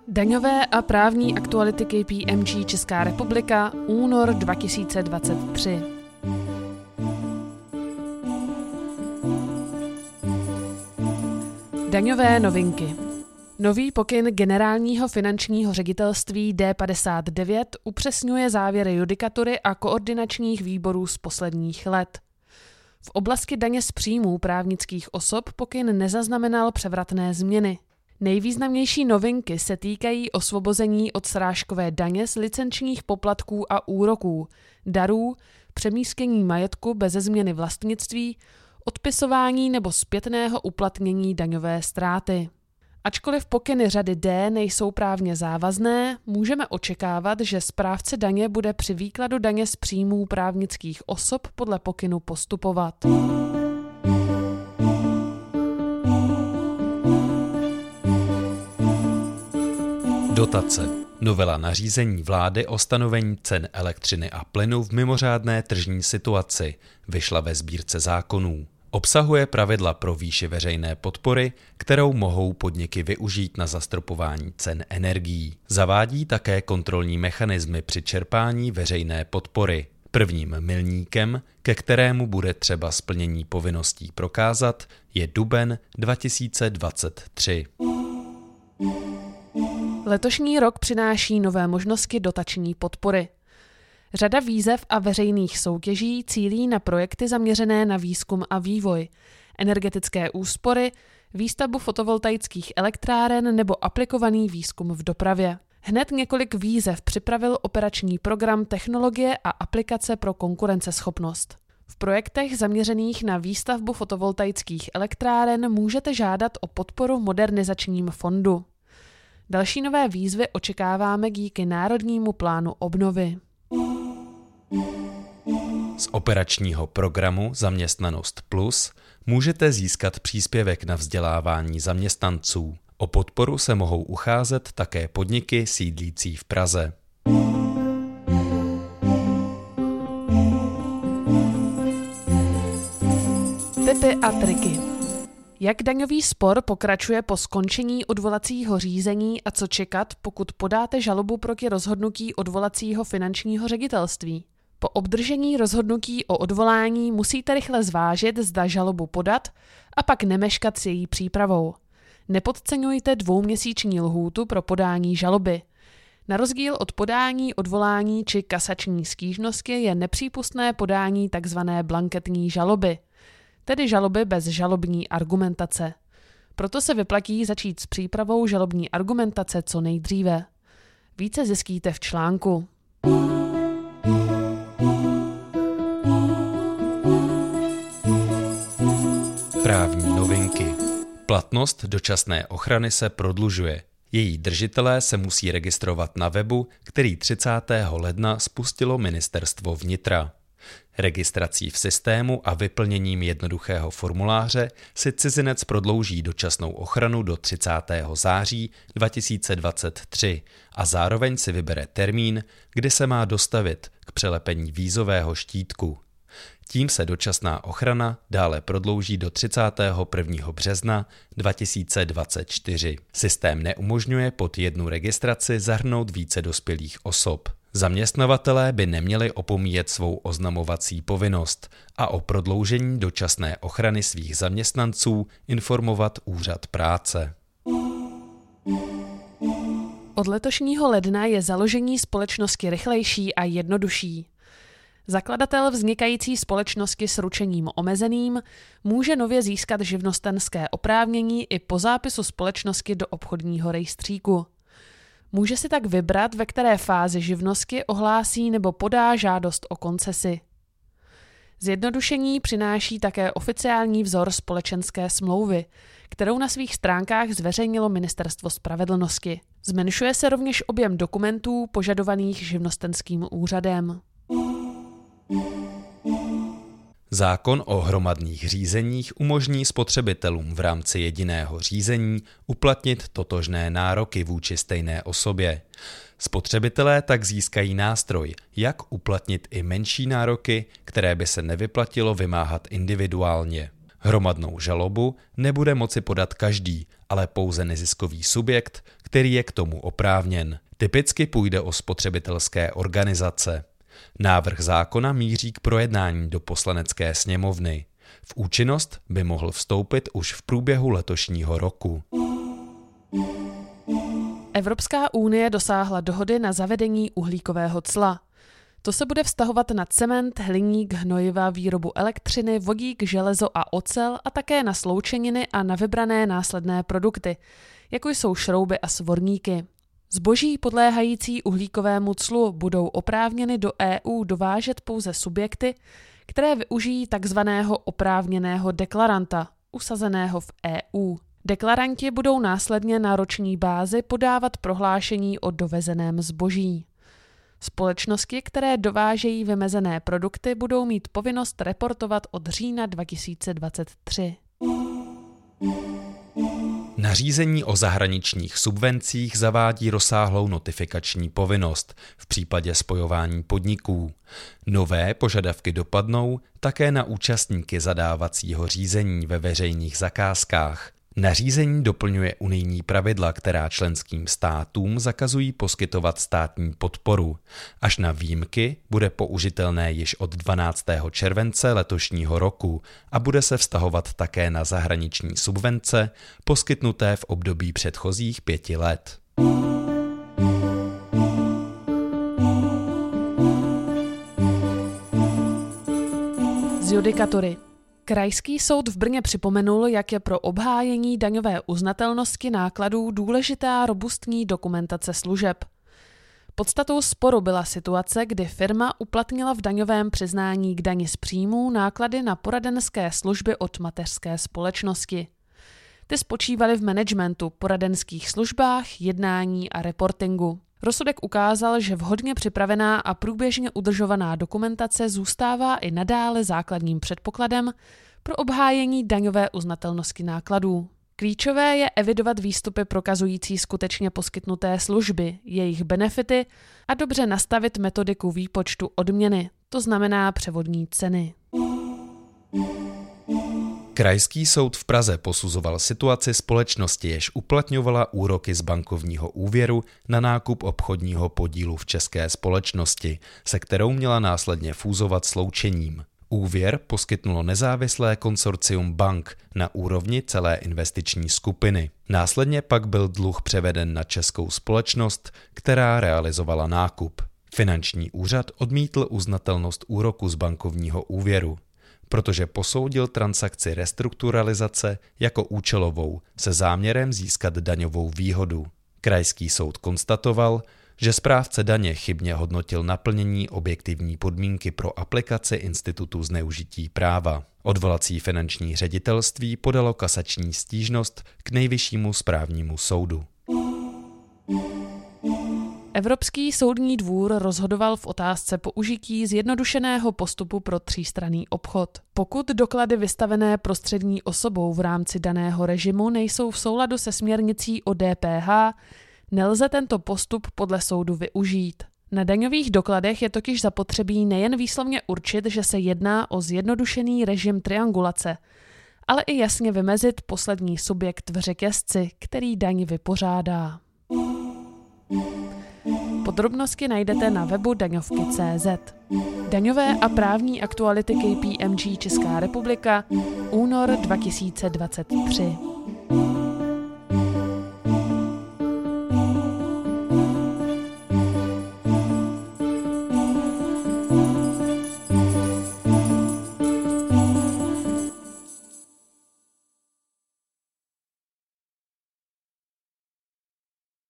Daňové a právní aktuality KPMG Česká republika, únor 2023. Daňové novinky. Nový pokyn Generálního finančního ředitelství D59 upřesňuje závěry judikatury a koordinačních výborů z posledních let. V oblasti daně z příjmů právnických osob pokyn nezaznamenal převratné změny. Nejvýznamnější novinky se týkají osvobození od srážkové daně z licenčních poplatků a úroků, darů, přemístění majetku beze změny vlastnictví, odpisování nebo zpětného uplatnění daňové ztráty. Ačkoliv pokyny řady D nejsou právně závazné, můžeme očekávat, že správce daně bude při výkladu daně z příjmů právnických osob podle pokynu postupovat. Dotace. Novela nařízení vlády o stanovení cen elektřiny a plynu v mimořádné tržní situaci vyšla ve Sbírce zákonů. Obsahuje pravidla pro výši veřejné podpory, kterou mohou podniky využít na zastropování cen energií. Zavádí také kontrolní mechanismy při čerpání veřejné podpory. Prvním milníkem, ke kterému bude třeba splnění povinností prokázat, je duben 2023. Letošní rok přináší nové možnosti dotační podpory. Řada výzev a veřejných soutěží cílí na projekty zaměřené na výzkum a vývoj, energetické úspory, výstavbu fotovoltaických elektráren nebo aplikovaný výzkum v dopravě. Hned několik výzev připravil operační program Technologie a aplikace pro konkurenceschopnost. V projektech zaměřených na výstavbu fotovoltaických elektráren můžete žádat o podporu Modernizačním fondu. Další nové výzvy očekáváme díky Národnímu plánu obnovy. Z operačního programu Zaměstnanost Plus můžete získat příspěvek na vzdělávání zaměstnanců. O podporu se mohou ucházet také podniky sídlící v Praze. Tipy a triky. Jak daňový spor pokračuje po skončení odvolacího řízení a co čekat, pokud podáte žalobu proti rozhodnutí odvolacího finančního ředitelství? Po obdržení rozhodnutí o odvolání musíte rychle zvážit, zda žalobu podat a pak nemeškat s její přípravou. Nepodceňujte 2měsíční lhůtu pro podání žaloby. Na rozdíl od podání odvolání či kasační stížnosti je nepřípustné podání tzv. Blanketní žaloby, tedy žaloby bez žalobní argumentace. Proto se vyplatí začít s přípravou žalobní argumentace co nejdříve. Více zjistíte v článku. Právní novinky. Platnost dočasné ochrany se prodlužuje. Její držitelé se musí registrovat na webu, který 30. ledna spustilo Ministerstvo vnitra. Registrací v systému a vyplněním jednoduchého formuláře si cizinec prodlouží dočasnou ochranu do 30. září 2023 a zároveň si vybere termín, kdy se má dostavit k přelepení vízového štítku. Tím se dočasná ochrana dále prodlouží do 31. března 2024. Systém neumožňuje pod jednu registraci zahrnout více dospělých osob. Zaměstnavatelé by neměli opomíjet svou oznamovací povinnost a o prodloužení dočasné ochrany svých zaměstnanců informovat Úřad práce. Od letošního ledna je založení společnosti rychlejší a jednodušší. Zakladatel vznikající společnosti s ručením omezeným může nově získat živnostenské oprávnění i po zápisu společnosti do obchodního rejstříku. Může si tak vybrat, ve které fázi živnosti ohlásí nebo podá žádost o koncesi. Zjednodušení přináší také oficiální vzor společenské smlouvy, kterou na svých stránkách zveřejnilo Ministerstvo spravedlnosti. Zmenšuje se rovněž objem dokumentů požadovaných živnostenským úřadem. Zákon o hromadných řízeních umožní spotřebitelům v rámci jediného řízení uplatnit totožné nároky vůči stejné osobě. Spotřebitelé tak získají nástroj, jak uplatnit i menší nároky, které by se nevyplatilo vymáhat individuálně. Hromadnou žalobu nebude moci podat každý ale pouze neziskový subjekt, který je k tomu oprávněn. Typicky půjde o spotřebitelské organizace. Návrh zákona míří k projednání do Poslanecké sněmovny. V účinnost by mohl vstoupit už v průběhu letošního roku. Evropská unie dosáhla dohody na zavedení uhlíkového cla. To se bude vztahovat na cement, hliník, hnojiva, výrobu elektřiny, vodík, železo a ocel a také na sloučeniny a na vybrané následné produkty, jako jsou šrouby a svorníky. Zboží podléhající uhlíkovému clu budou oprávněny do EU dovážet pouze subjekty, které využijí takzvaného oprávněného deklaranta, usazeného v EU. Deklaranti budou následně na roční bázi podávat prohlášení o dovezeném zboží. Společnosti, které dovážejí vymezené produkty, budou mít povinnost reportovat od října 2023. Nařízení o zahraničních subvencích zavádí rozsáhlou notifikační povinnost v případě spojování podniků. Nové požadavky dopadnou také na účastníky zadávacího řízení ve veřejných zakázkách. Nařízení doplňuje unijní pravidla, která členským státům zakazují poskytovat státní podporu. Až na výjimky bude použitelné již od 12. července letošního roku a bude se vztahovat také na zahraniční subvence poskytnuté v období předchozích 5 let. Z judikatury. Krajský soud v Brně připomenul, jak je pro obhájení daňové uznatelnosti nákladů důležitá robustní dokumentace služeb. Podstatou sporu byla situace, kdy firma uplatnila v daňovém přiznání k dani z příjmů náklady na poradenské služby od mateřské společnosti. Ty spočívaly v managementu, poradenských službách, jednání a reportingu. Rozsudek ukázal, že vhodně připravená a průběžně udržovaná dokumentace zůstává i nadále základním předpokladem pro obhájení daňové uznatelnosti nákladů. Klíčové je evidovat výstupy prokazující skutečně poskytnuté služby, jejich benefity a dobře nastavit metodiku výpočtu odměny, to znamená převodní ceny. Krajský soud v Praze posuzoval situaci společnosti, jež uplatňovala úroky z bankovního úvěru na nákup obchodního podílu v české společnosti, se kterou měla následně fúzovat sloučením. Úvěr poskytnulo nezávislé konsorcium bank na úrovni celé investiční skupiny. Následně pak byl dluh převeden na českou společnost, která realizovala nákup. Finanční úřad odmítl uznatelnost úroku z bankovního úvěru, protože posoudil transakci restrukturalizace jako účelovou se záměrem získat daňovou výhodu. Krajský soud konstatoval, že správce daně chybně hodnotil naplnění objektivní podmínky pro aplikaci institutu zneužití práva. Odvolací finanční ředitelství podalo kasační stížnost k Nejvyššímu správnímu soudu. Evropský soudní dvůr rozhodoval v otázce použití zjednodušeného postupu pro třístranný obchod. Pokud doklady vystavené prostřední osobou v rámci daného režimu nejsou v souladu se směrnicí o DPH, nelze tento postup podle soudu využít. Na daňových dokladech je totiž zapotřebí nejen výslovně určit, že se jedná o zjednodušený režim triangulace, ale i jasně vymezit poslední subjekt v řetězci, který daň vypořádá. Podrobnosti najdete na webu daňovky.cz. Daňové a právní aktuality KPMG Česká republika, únor 2023.